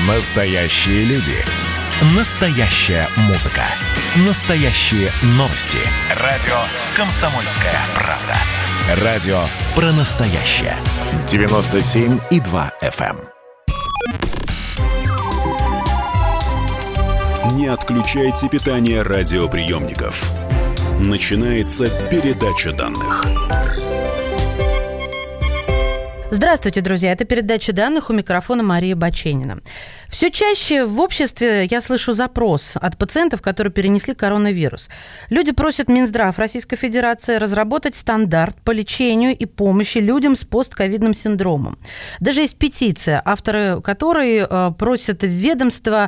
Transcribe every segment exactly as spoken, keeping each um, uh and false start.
Настоящие люди. Настоящая музыка. Настоящие новости. Радио «Комсомольская правда». Радио про настоящее. девяносто семь и два эф эм. Не отключайте питание радиоприемников. Начинается передача данных. Здравствуйте, друзья. Это передача данных, у микрофона Мария Баченина. Все чаще в обществе я слышу запрос от пациентов, которые перенесли коронавирус. Люди просят Минздрав Российской Федерации разработать стандарт по лечению и помощи людям с постковидным синдромом. Даже есть петиция, авторы которой просят ведомства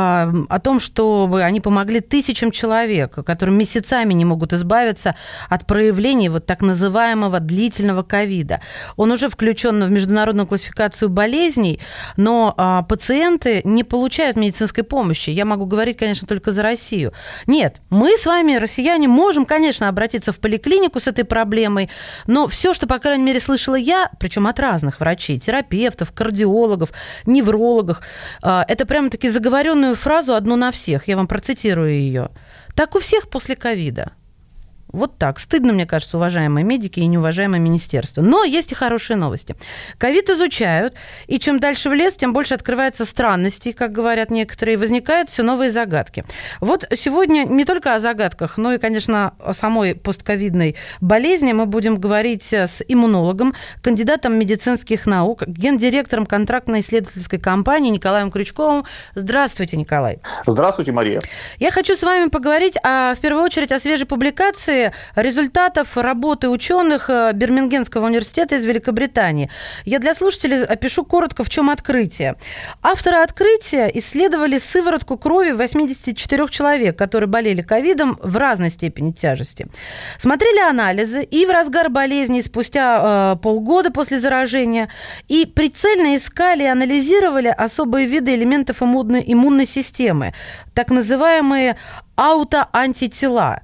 о том, чтобы они помогли тысячам человек, которые месяцами не могут избавиться от проявлений вот так называемого длительного ковида. Он уже включен в международную классификацию болезней, но а, пациенты не получают медицинской помощи. Я могу говорить, конечно, только за Россию. Нет, мы с вами, россияне, можем, конечно, обратиться в поликлинику с этой проблемой, но все, что, по крайней мере, слышала я, причем от разных врачей, терапевтов, кардиологов, неврологов, а, это прямо-таки заговоренную фразу одну на всех. Я вам процитирую ее. Так у всех после ковида. Вот так. Стыдно, мне кажется, уважаемые медики и неуважаемое министерство. Но есть и хорошие новости. Ковид изучают, и чем дальше в лес, тем больше открывается странностей, как говорят некоторые, и возникают все новые загадки. Вот сегодня не только о загадках, но и, конечно, о самой постковидной болезни мы будем говорить с иммунологом, кандидатом медицинских наук, гендиректором контрактно-исследовательской компании Николаем Крючковым. Здравствуйте, Николай. Здравствуйте, Мария. Я хочу с вами поговорить, о, в первую очередь, о свежей публикации результатов работы ученых Бирмингемского университета из Великобритании. Я для слушателей опишу коротко, в чем открытие. Авторы открытия исследовали сыворотку крови восемьдесят четыре человек, которые болели ковидом в разной степени тяжести. Смотрели анализы и в разгар болезни, спустя э, полгода после заражения, и прицельно искали и анализировали особые виды элементов иммунной, иммунной системы, так называемые аутоантитела.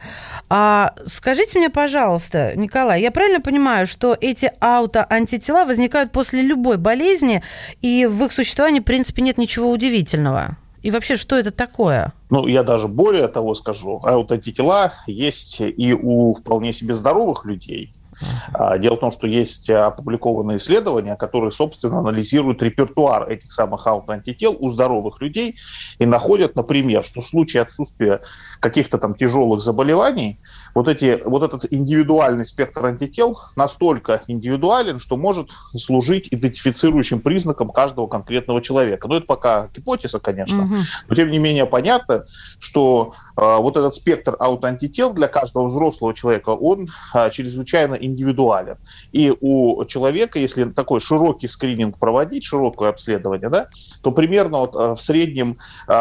А скажите мне, пожалуйста, Николай, я правильно понимаю, что эти аутоантитела возникают после любой болезни, и в их существовании, в принципе, нет ничего удивительного? И вообще, что это такое? Ну, я даже более того скажу. Аутоантитела есть и у вполне себе здоровых людей. Uh-huh. Дело в том, что есть опубликованные исследования, которые, собственно, анализируют репертуар этих самых аутоантител у здоровых людей и находят, например, что в случае отсутствия каких-то там тяжелых заболеваний, вот, эти, вот этот индивидуальный спектр антител настолько индивидуален, что может служить идентифицирующим признаком каждого конкретного человека. Ну, это пока гипотеза, конечно, uh-huh. но тем не менее понятно, что э, вот этот спектр аутоантител для каждого взрослого человека, он э, чрезвычайно индивидуален. И у человека, если такой широкий скрининг проводить, широкое обследование, да, то примерно вот, в среднем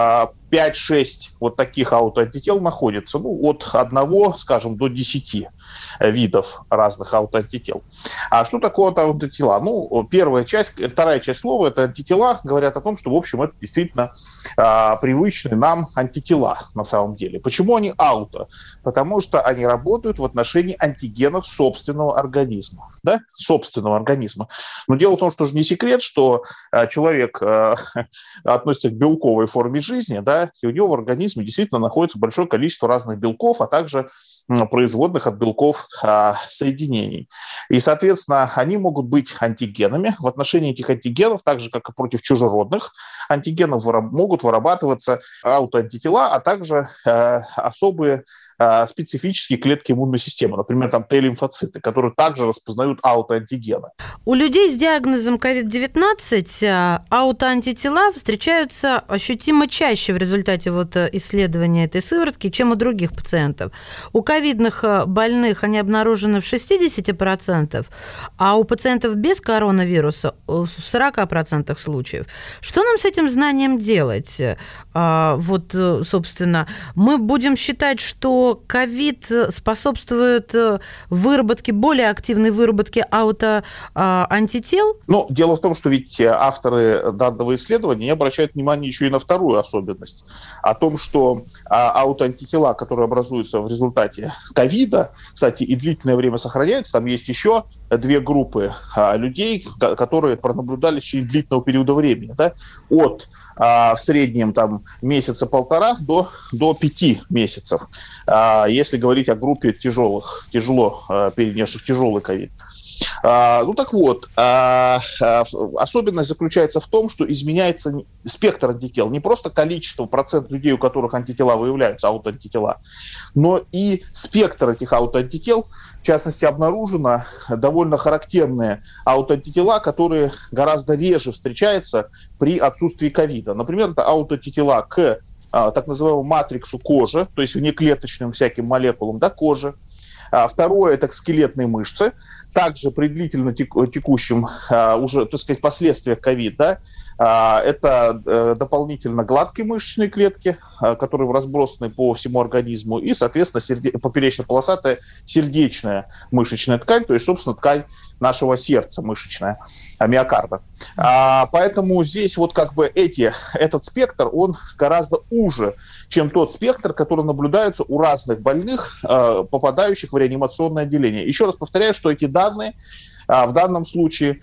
пять-шесть вот таких аутоантител находится, ну, от одного, скажем, до десяти видов разных аутоантител. А что такое аутоантитела? Ну, первая часть, вторая часть слова, это антитела, говорят о том, что, в общем, это действительно а, привычные нам антитела на самом деле. Почему они ауто? Потому что они работают в отношении антигенов собственного организма. Да? Собственного организма. Но дело в том, что же не секрет, что а, человек а, относится к белковой форме жизни, да, и у него в организме действительно находится большое количество разных белков, а также производных от белков а, соединений. И, соответственно, они могут быть антигенами. В отношении этих антигенов, так же, как и против чужеродных антигенов, выраб- могут вырабатываться аутоантитела, а также а, особые а, специфические клетки иммунной системы, например, там Т-лимфоциты, которые также распознают аутоантигены. У людей с диагнозом ковид девятнадцать аутоантитела встречаются ощутимо чаще в результате вот исследования этой сыворотки, чем у других пациентов. У ковидных больных они обнаружены в шестьдесят процентов, а у пациентов без коронавируса в сорок процентов случаев. Что нам с этим знанием делать? Вот, собственно, мы будем считать, что что ковид способствует выработке, более активной выработке аутоантител? Ну, дело в том, что ведь авторы данного исследования не обращают внимания еще и на вторую особенность. О том, что аутоантитела, которые образуются в результате ковида, кстати, и длительное время сохраняются, там есть еще две группы людей, которые пронаблюдали в течение длительного периода времени, да, от в среднем там месяца полтора до, до пяти месяцев, если говорить о группе тяжелых, тяжело перенесших тяжелый ковид. Ну так вот, особенность заключается в том, что изменяется спектр антител. Не просто количество, процент людей, у которых антитела выявляются, аутоантитела, но и спектр этих аутоантител. В частности, обнаружено довольно характерные аутоантитела, которые гораздо реже встречаются при отсутствии ковида. Например, это аутоантитела к так называемому матриксу кожи, то есть внеклеточным всяким молекулам, да, кожи. Второе – это скелетные мышцы. Также при длительно текущем уже, так сказать, последствиях ковида, это дополнительно гладкие мышечные клетки, которые разбросаны по всему организму, и, соответственно, серде... поперечно-полосатая сердечная мышечная ткань, то есть, собственно, ткань нашего сердца мышечная, миокарда. А, поэтому здесь вот как бы эти, этот спектр, он гораздо уже, чем тот спектр, который наблюдается у разных больных, попадающих в реанимационное отделение. Еще раз повторяю, что эти данные в данном случае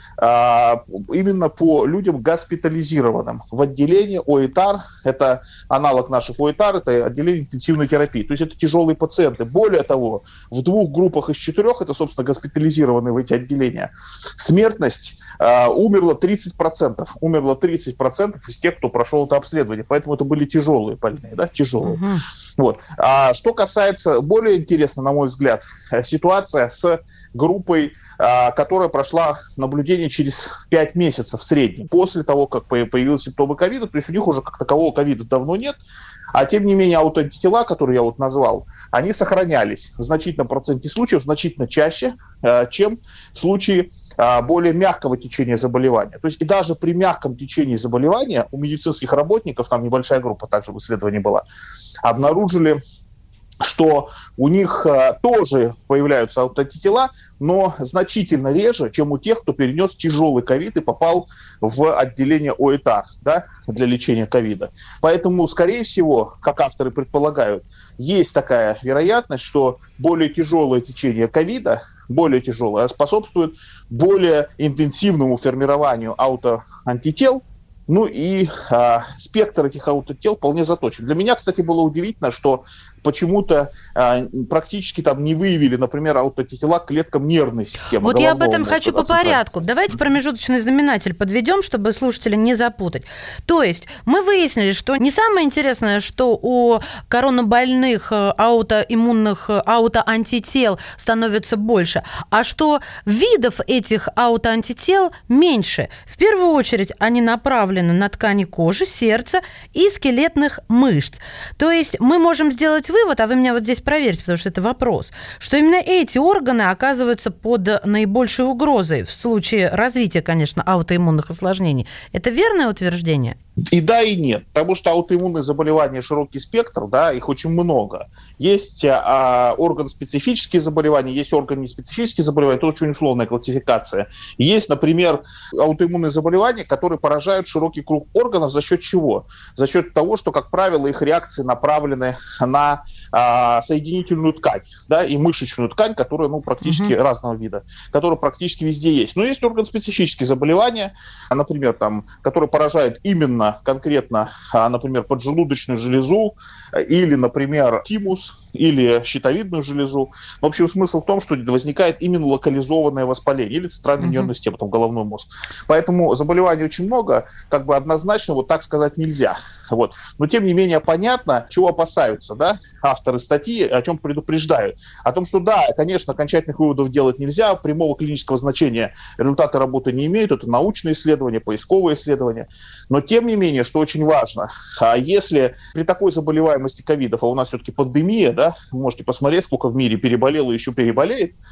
именно по людям госпитализированным в отделении ОИТАР, это аналог наших ОИТАР, это отделение интенсивной терапии, то есть это тяжелые пациенты. Более того, в двух группах из четырех, это, собственно, госпитализированные в эти отделения, смертность умерло тридцать процентов, умерло тридцать процентов из тех, кто прошел это обследование, поэтому это были тяжелые больные, да, тяжелые. Uh-huh. Вот. А что касается, более интересно, на мой взгляд, ситуация с группой, которая прошла наблюдение через пять месяцев в среднем, после того, как появились симптомы ковида, то есть у них уже как такового ковида давно нет, а тем не менее аутоантитела, которые я вот назвал, они сохранялись в значительном проценте случаев, значительно чаще, чем в случае более мягкого течения заболевания. То есть и даже при мягком течении заболевания у медицинских работников, там небольшая группа также в исследовании была, обнаружили, что у них а, тоже появляются аутоантитела, но значительно реже, чем у тех, кто перенес тяжелый ковид и попал в отделение ОИТАР, да, для лечения ковида. Поэтому, скорее всего, как авторы предполагают, есть такая вероятность, что более тяжелое течение ковида, более тяжелое, способствует более интенсивному формированию аутоантител. Ну и а, спектр этих аутотел вполне заточен. Для меня, кстати, было удивительно, что почему-то а, практически там не выявили, например, аутотела к клеткам нервной системы. Вот я об этом хочу по порядку. Давайте промежуточный знаменатель подведем, чтобы слушателя не запутать. То есть мы выяснили, что не самое интересное, что у коронабольных аутоиммунных аутоантител становится больше, а что видов этих аутоантител меньше. В первую очередь они направлены на ткани кожи, сердца и скелетных мышц. То есть мы можем сделать вывод, а вы меня вот здесь проверьте, потому что это вопрос, что именно эти органы оказываются под наибольшей угрозой в случае развития, конечно, аутоиммунных осложнений. Это верное утверждение? И да, и нет, потому что аутоиммунные заболевания широкий спектр, да, их очень много. Есть а, орган-специфические заболевания, есть орган-неспецифические заболевания, это очень условная классификация. Есть, например, аутоиммунные заболевания, которые поражают широкий круг органов за счет чего? За счет того, что, как правило, их реакции направлены на а, соединительную ткань, да, и мышечную ткань, которая, ну, практически mm-hmm. разного вида, которая практически везде есть. Но есть орган-специфические заболевания, например, там, которые поражают именно конкретно, например, поджелудочную железу или, например, тимус или щитовидную железу. В общем, смысл в том, что возникает именно локализованное воспаление или центральная uh-huh. нервная система, там, головной мозг. Поэтому заболеваний очень много, как бы однозначно вот так сказать нельзя. Вот. Но, тем не менее, понятно, чего опасаются, да, авторы статьи, о чем предупреждают. О том, что, да, конечно, окончательных выводов делать нельзя, прямого клинического значения результаты работы не имеют, это научные исследования, поисковые исследования. Но, тем не менее, что очень важно, если при такой заболеваемости ковидов, а у нас все-таки пандемия, да, вы можете посмотреть, сколько в мире переболело и еще переболеет,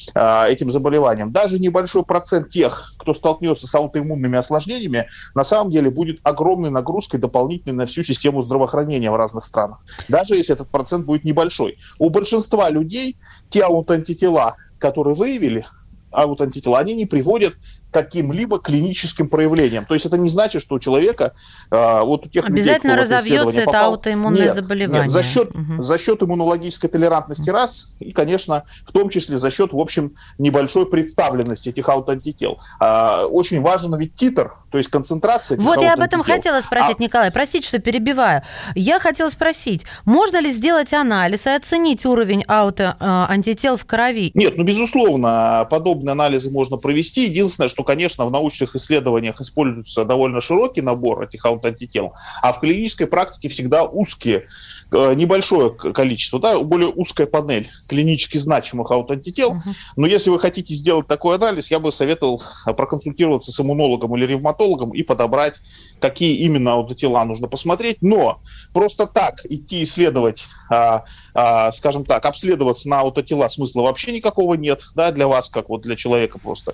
этим заболеванием, даже небольшой процент тех, кто столкнется с аутоиммунными осложнениями, на самом деле будет огромной нагрузкой дополнительной на всю систему здравоохранения в разных странах. Даже если этот процент будет небольшой. У большинства людей те аутоантитела, которые выявили, аутоантитела, они не приводят к каким-либо клиническим проявлениям. То есть это не значит, что у человека, э, вот у тех обязательно людей, кто разовьется это попал, аутоиммунное нет, заболевание. Нет, за счет, угу. за счет иммунологической толерантности раз, и, конечно, в том числе за счет, в общем, небольшой представленности этих аутоантител. Э, очень важен ведь титр, то есть концентрация этих Вот аутоантител. я об этом хотела спросить, а... Николай. Простите, что перебиваю. Я хотела спросить, можно ли сделать анализ и оценить уровень аутоантител в крови? Нет, ну, безусловно, подобные анализы можно провести. Единственное, что, конечно, в научных исследованиях используется довольно широкий набор этих аутоантител, а в клинической практике всегда узкие, небольшое количество, да, более узкая панель клинически значимых аутоантител. Uh-huh. Но если вы хотите сделать такой анализ, я бы советовал проконсультироваться с иммунологом или ревматологом и подобрать, какие именно аутотела нужно посмотреть. Но просто так идти исследовать, а, а, скажем так, обследоваться на аутотела смысла вообще никакого нет, да, для вас, как вот для человека просто.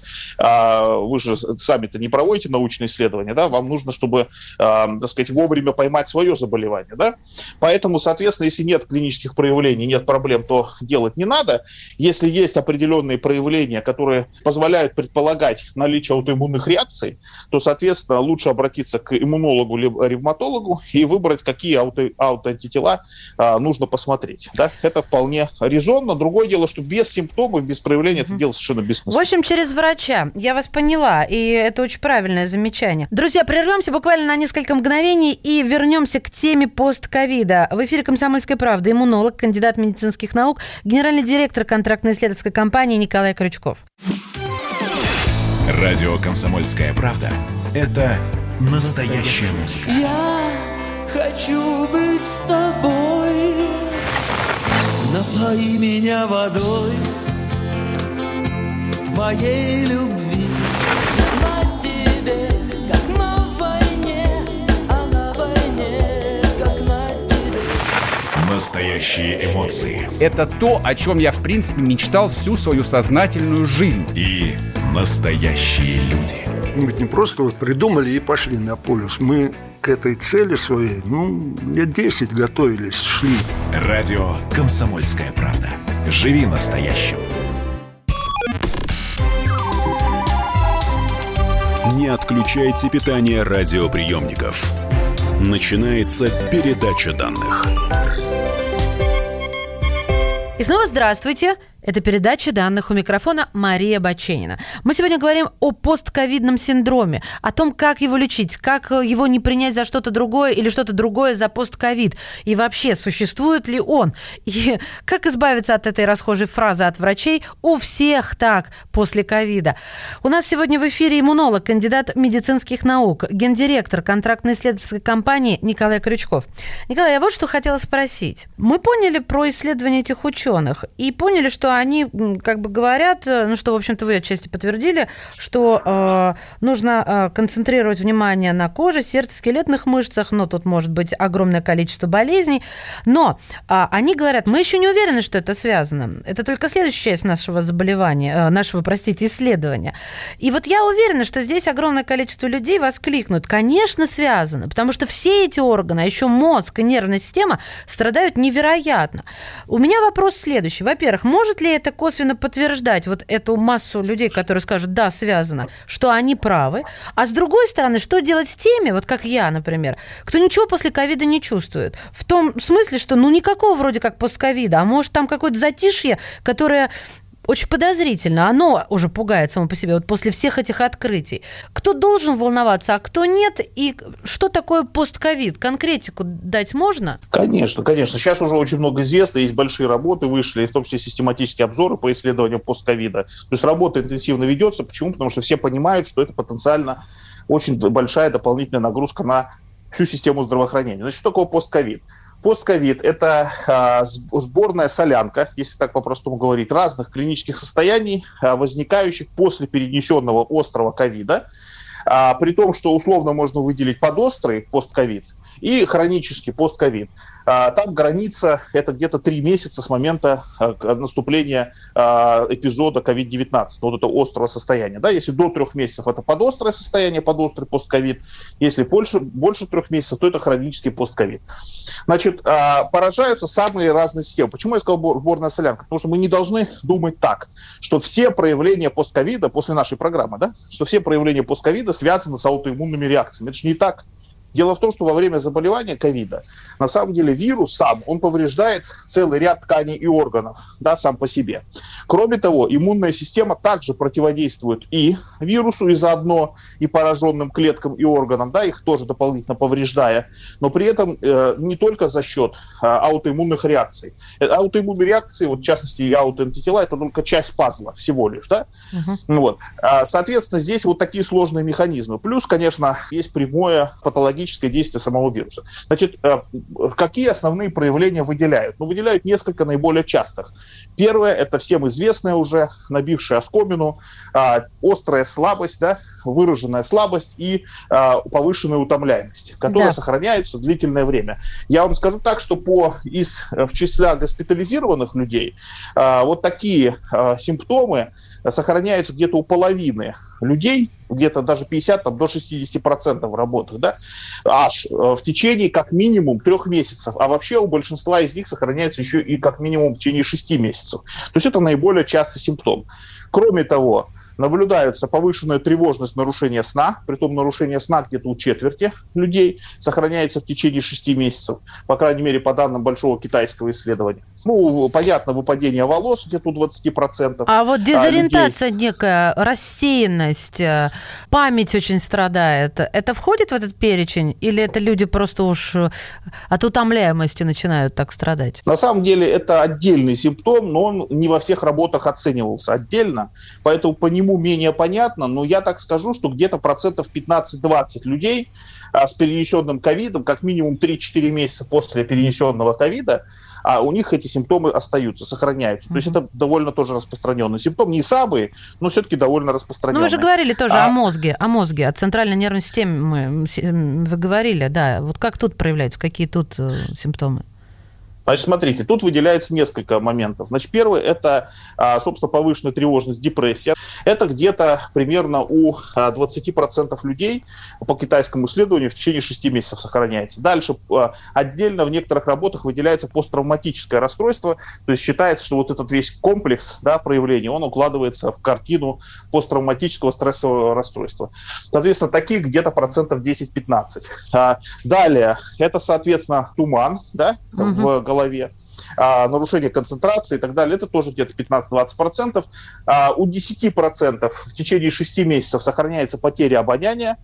А, вы же сами-то не проводите научные исследования, да, вам нужно, чтобы, а, так сказать, вовремя поймать свое заболевание, да. Поэтому, соответственно, если нет клинических проявлений, нет проблем, то делать не надо. Если есть определенные проявления, которые позволяют предполагать наличие аутоиммунных реакций, то, соответственно, лучше обратиться к иммунологу либо ревматологу и выбрать, какие ауто, аутоантитела а, нужно посмотреть. Да? Это вполне резонно. Другое дело, что без симптомов, без проявления mm-hmm. это дело совершенно бессмысленно. В общем, через врача. Я вас поняла, и это очень правильное замечание. Друзья, прервемся буквально на несколько мгновений и вернемся к теме постковида. В эфире «Комсомольская правда» иммунолог, кандидат медицинских наук, генеральный директор контрактно-исследовательской компании Николай Крючков. Радио «Комсомольская правда» — это настоящая музыка. Я хочу быть с тобой. Напои меня водой твоей любви. На тебе, как на войне, а на войне, как на тебе. Настоящие эмоции. Это то, о чем я, в принципе, мечтал всю свою сознательную жизнь. И настоящие люди. Мы ведь не просто вот придумали и пошли на полюс. Мы к этой цели своей, ну, лет десять готовились, шли. Радио «Комсомольская правда». Живи настоящим. Не отключайте питание радиоприемников. Начинается передача данных. И снова здравствуйте. Это передача данных, у микрофона Мария Баченина. Мы сегодня говорим о постковидном синдроме, о том, как его лечить, как его не принять за что-то другое или что-то другое за постковид. И вообще, существует ли он? И как избавиться от этой расхожей фразы от врачей «у всех так после ковида». У нас сегодня в эфире иммунолог, кандидат медицинских наук, гендиректор контрактно-исследовательской компании Николай Крючков. Николай, я вот что хотела спросить. Мы поняли про исследования этих ученых и поняли, что они как бы говорят, ну что, в общем-то, вы отчасти подтвердили, что э, нужно э, концентрировать внимание на коже, сердце, скелетных мышцах, но тут может быть огромное количество болезней, но э, они говорят, мы еще не уверены, что это связано. Это только следующая часть нашего заболевания, э, нашего, простите, исследования. И вот я уверена, что здесь огромное количество людей воскликнут, конечно, связано, потому что все эти органы, а еще мозг и нервная система страдают невероятно. У меня вопрос следующий. Во-первых, может ли это косвенно подтверждать вот эту массу людей, которые скажут, да, связано, что они правы, а с другой стороны, что делать с теми, вот как я, например, кто ничего после ковида не чувствует, в том смысле, что ну никакого вроде как постковида, а может там какое-то затишье, которое очень подозрительно, оно уже пугает само по себе вот после всех этих открытий. Кто должен волноваться, а кто нет, и что такое постковид? Конкретику дать можно? Конечно, конечно. Сейчас уже очень много известно, есть большие работы вышли, в том числе систематические обзоры по исследованию постковида. То есть работа интенсивно ведется. Почему? Потому что все понимают, что это потенциально очень большая дополнительная нагрузка на всю систему здравоохранения. Значит, что такое постковид? Постковид – это а, сборная солянка, если так по-простому говорить, разных клинических состояний, а, возникающих после перенесенного острого ковида. А, при том, что условно можно выделить подострый постковид и хронический постковид. Там граница – это где-то три месяца с момента наступления эпизода ковид девятнадцать, вот это острого состояния. Да? Если до трех месяцев – это подострое состояние, подострый постковид. Если больше, больше трех месяцев, то это хронический постковид. Значит, поражаются самые разные системы. Почему я сказал сборная солянка? Потому что мы не должны думать так, что все проявления постковида, после нашей программы, да, что все проявления постковида связаны с аутоиммунными реакциями. Это же не так. Дело в том, что во время заболевания ковида на самом деле вирус сам, он повреждает целый ряд тканей и органов, да, сам по себе. Кроме того, иммунная система также противодействует и вирусу, и заодно и пораженным клеткам и органам, да, их тоже дополнительно повреждая, но при этом э, не только за счет э, аутоиммунных реакций. Э, аутоиммунные реакции, вот, в частности, и аутоантитела, это только часть пазла всего лишь, да. Uh-huh. Вот. А, соответственно, здесь вот такие сложные механизмы. Плюс, конечно, есть прямое патологическое действие самого вируса. Значит, какие основные проявления выделяют? Ну, выделяют несколько наиболее частых. Первое, это всем известное уже, набившая оскомину, острая слабость, да, выраженная слабость и повышенная утомляемость, которая да. сохраняется длительное время. Я вам скажу так, что по, из, в числа госпитализированных людей вот такие симптомы сохраняются где-то у половины людей, где-то даже пятьдесят там, до шестьдесят процентов в работах, да, аж в течение как минимум трех месяцев, а вообще у большинства из них сохраняется еще и как минимум в течение шести месяцев. То есть это наиболее частый симптом. Кроме того, наблюдается повышенная тревожность, нарушение сна, притом нарушение сна где-то у четверти людей сохраняется в течение шести месяцев, по крайней мере, по данным большого китайского исследования. Ну, понятно, выпадение волос где-то у двадцати процентов. А вот дезориентация людей... некая, рассеянность, память очень страдает. Это входит в этот перечень? Или это люди просто уж от утомляемости начинают так страдать? На самом деле это отдельный симптом, но он не во всех работах оценивался отдельно, поэтому по нему менее понятно, но я так скажу, что где-то процентов пятнадцать-двадцать людей а, с перенесенным ковидом, как минимум три-четыре месяца после перенесенного ковида, а у них эти симптомы остаются, сохраняются. Mm-hmm. То есть это довольно тоже распространенный симптом. Не самый, но все-таки довольно распространенный. Ну, вы же говорили тоже а... о мозге, о мозге, о центральной нервной системе. Вы говорили, да. Вот как тут проявляются, какие тут симптомы? Значит, смотрите, тут выделяется несколько моментов. Значит, первый – это, собственно, повышенная тревожность, депрессия. Это где-то примерно у двадцати процентов людей по китайскому исследованию в течение шести месяцев сохраняется. Дальше отдельно в некоторых работах выделяется посттравматическое расстройство. То есть считается, что вот этот весь комплекс, да, проявлений, он укладывается в картину посттравматического стрессового расстройства. Соответственно, таких где-то процентов десять-пятнадцать. Далее, это, соответственно, туман, да, угу. в голове. голове, а, нарушение концентрации и так далее, это тоже где-то пятнадцать-двадцать процентов. А, у десяти процентов в течение шести месяцев сохраняется потеря обоняния,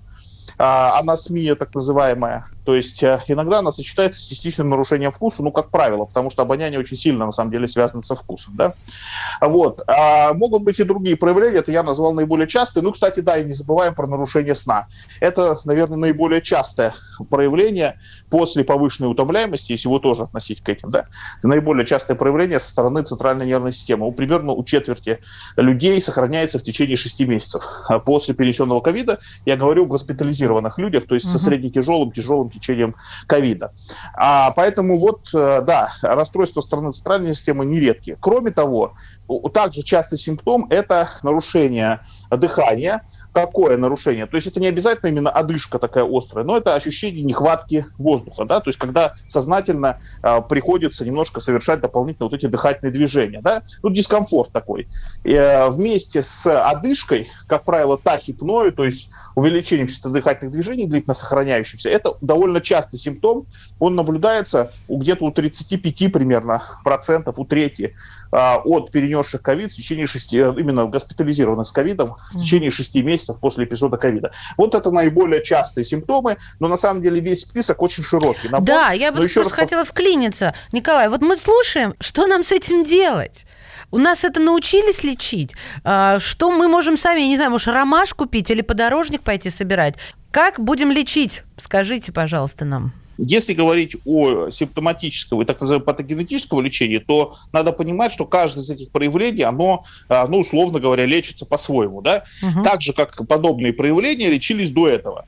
а, анасмия так называемая. То есть иногда она сочетается с частичным нарушением вкуса, ну, как правило, потому что обоняние очень сильно, на самом деле, связано со вкусом. Да? Вот. А могут быть и другие проявления, это я назвал наиболее частые. Ну, кстати, да, и не забываем про нарушение сна. Это, наверное, наиболее частое проявление после повышенной утомляемости, если его тоже относить к этим. Да? Это наиболее частое проявление со стороны центральной нервной системы. У примерно у четверти людей сохраняется в течение шести месяцев. После перенесенного ковида я говорю о госпитализированных людях, то есть угу. со среднетяжелым, тяжелым течением ковида. А, поэтому вот, да, расстройства стороны центральной системы нередки. Кроме того, также частый симптом – это нарушение дыхания. Какое нарушение? То есть это не обязательно именно одышка такая острая, но это ощущение нехватки воздуха, да, то есть когда сознательно э, приходится немножко совершать дополнительно вот эти дыхательные движения, да, ну, дискомфорт такой. И, э, вместе с одышкой, как правило, тахипною, то есть увеличением частоты дыхательных движений, длительно сохраняющимся, это довольно частый симптом, он наблюдается у, где-то у тридцати пяти примерно процентов, у трети э, от перенесших ковид в течение шести, именно госпитализированных с ковидом в течение шести месяцев после эпизода ковида. Вот это наиболее частые симптомы, но на самом деле весь список очень широкий. Набор, да, я бы просто раз... хотела вклиниться. Николай, вот мы слушаем, что нам с этим делать? У нас это научились лечить? Что мы можем сами, я не знаю, может, ромаш купить или подорожник пойти собирать? Как будем лечить? Скажите, пожалуйста, нам. Если говорить о симптоматическом и так называемом патогенетическом лечении, то надо понимать, что каждое из этих проявлений, оно, ну, условно говоря, лечится по-своему, да? Угу. Так же, как подобные проявления лечились до этого.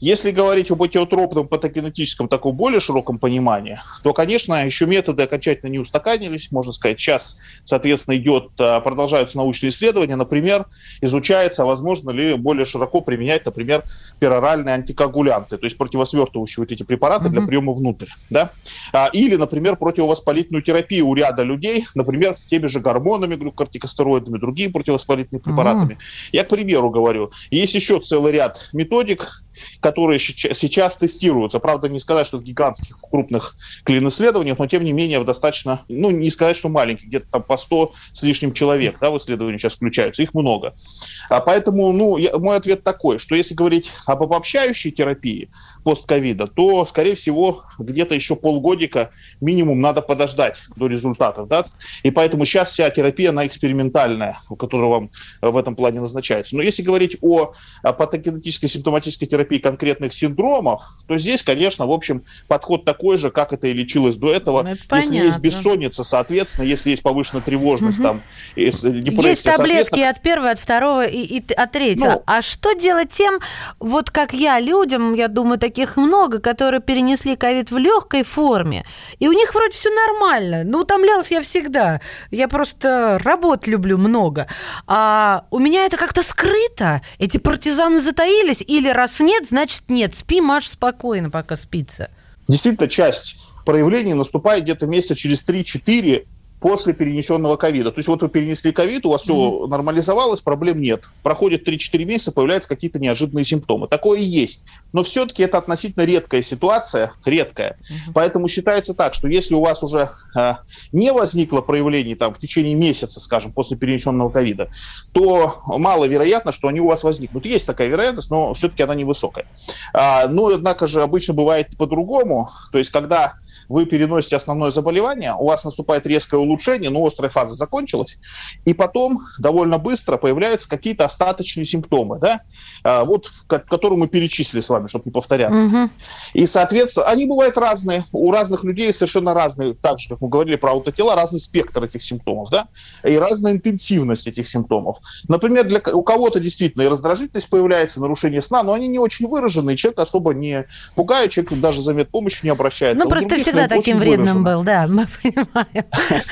Если говорить об этиотропном патогенетическом таком более широком понимании, то, конечно, еще методы окончательно не устаканились. Можно сказать, сейчас, соответственно, идет, продолжаются научные исследования. Например, изучается, возможно ли более широко применять, например, пероральные антикоагулянты, то есть противосвертывающие вот эти препараты mm-hmm. для приема внутрь. Да? Или, например, противовоспалительную терапию у ряда людей, например, теми же гормонами, глюкокортикостероидами, другими противовоспалительными препаратами. Mm-hmm. Я, к примеру, говорю, есть еще целый ряд методик, которые сейчас тестируются. Правда, не сказать, что в гигантских крупных клин-исследованиях, но тем не менее в достаточно, ну, не сказать, что маленьких, где-то там по сто с лишним человек, да, в исследовании сейчас включаются, их много. А поэтому, ну, я, мой ответ такой, что если говорить об обобщающей терапии постковида, то, скорее всего, где-то еще полгодика минимум надо подождать до результатов, да, и поэтому сейчас вся терапия, она экспериментальная, которая вам в этом плане назначается. Но если говорить о, о патогенетической симптоматической терапии конкретных синдромов, то здесь, конечно, в общем, подход такой же, как это и лечилось до этого. Это если понятно. Есть бессонница, соответственно, если есть повышенная тревожность, угу. там, депрессия, есть таблетки от первого, от второго и, и от третьего. Ну, а что делать тем, вот как я, людям, я думаю, таких много, которые перенесли ковид в легкой форме, и у них вроде все нормально. Ну, утомлялась я всегда. Я просто работ люблю много. А у меня это как-то скрыто. Эти партизаны затаились, или раз нет, значит нет. Спи, Маш, спокойно, пока спится. Действительно, часть проявлений наступает где-то месяца через три-четыре после перенесенного ковида. То есть вот вы перенесли ковид, у вас mm-hmm. все нормализовалось, проблем нет. Проходит три-четыре месяца, появляются какие-то неожиданные симптомы. Такое и есть. Но все-таки это относительно редкая ситуация, редкая. Mm-hmm. Поэтому считается так, что если у вас уже э, не возникло проявлений там, в течение месяца, скажем, после перенесенного ковида, то маловероятно, что они у вас возникнут. Есть такая вероятность, но все-таки она невысокая. А, но, однако же, обычно бывает по-другому. То есть, когда вы переносите основное заболевание, у вас наступает резкое улучшение, но острая фаза закончилась, и потом довольно быстро появляются какие-то остаточные симптомы, да, а, вот, которые мы перечислили с вами, чтобы не повторяться. Угу. И, соответственно, они бывают разные, у разных людей совершенно разные, так же, как мы говорили про аутотела, разный спектр этих симптомов, да, и разная интенсивность этих симптомов. Например, для, у кого-то действительно и раздражительность появляется, нарушение сна, но они не очень выраженные, человек особо не пугает, человек даже за медпомощью не обращается. Ну, просто всегда таким вредным был, да, мы понимаем.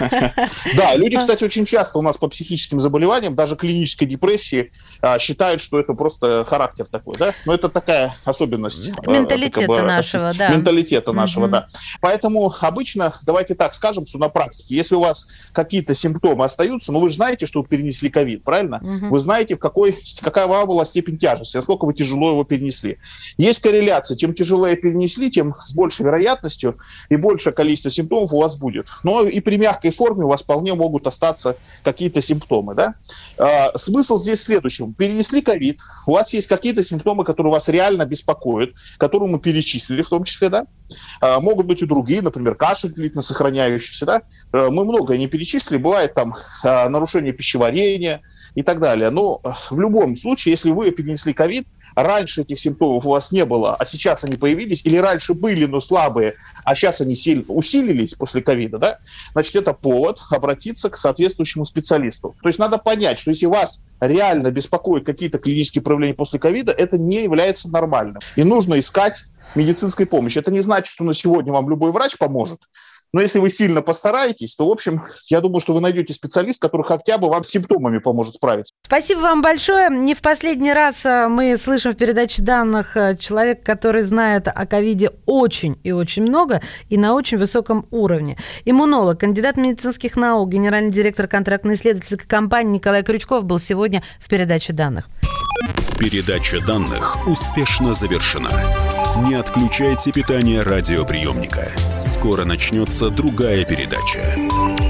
Да, люди, кстати, очень часто у нас по психическим заболеваниям, даже клинической депрессии, считают, что это просто характер такой, да, но это такая особенность. Менталитета нашего, да. Менталитета нашего, да. Поэтому обычно, давайте так скажем, что на практике, если у вас какие-то симптомы остаются, ну, вы же знаете, что вы перенесли ковид, правильно? Вы знаете, в какой, какая была степень тяжести, насколько вы тяжело его перенесли. Есть корреляция, чем тяжелее перенесли, тем с большей вероятностью и большее количество симптомов у вас будет. Но и при мягкой форме у вас вполне могут остаться какие-то симптомы. Да? А, смысл здесь в следующем. Перенесли ковид, у вас есть какие-то симптомы, которые вас реально беспокоят, которые мы перечислили в том числе. Да? А, могут быть и другие, например, кашель длительно сохраняющийся. Да? А, мы многое не перечислили. Бывает там а, нарушение пищеварения и так далее. Но в любом случае, если вы перенесли ковид, раньше этих симптомов у вас не было, а сейчас они появились, или раньше были, но слабые, а сейчас они сильно усилились после ковида, да, значит, это повод обратиться к соответствующему специалисту. То есть надо понять, что если вас реально беспокоят какие-то клинические проявления после ковида, это не является нормальным. И нужно искать медицинской помощи. Это не значит, что на сегодня вам любой врач поможет. Но если вы сильно постараетесь, то, в общем, я думаю, что вы найдете специалиста, который хотя бы вам с симптомами поможет справиться. Спасибо вам большое. Не в последний раз мы слышим в передаче данных человека, который знает о ковиде очень и очень много и на очень высоком уровне. Иммунолог, кандидат медицинских наук, генеральный директор контрактно-исследовательской компании Николай Крючков был сегодня в передаче данных. Передача данных успешно завершена. Не отключайте питание радиоприемника. Скоро начнется другая передача.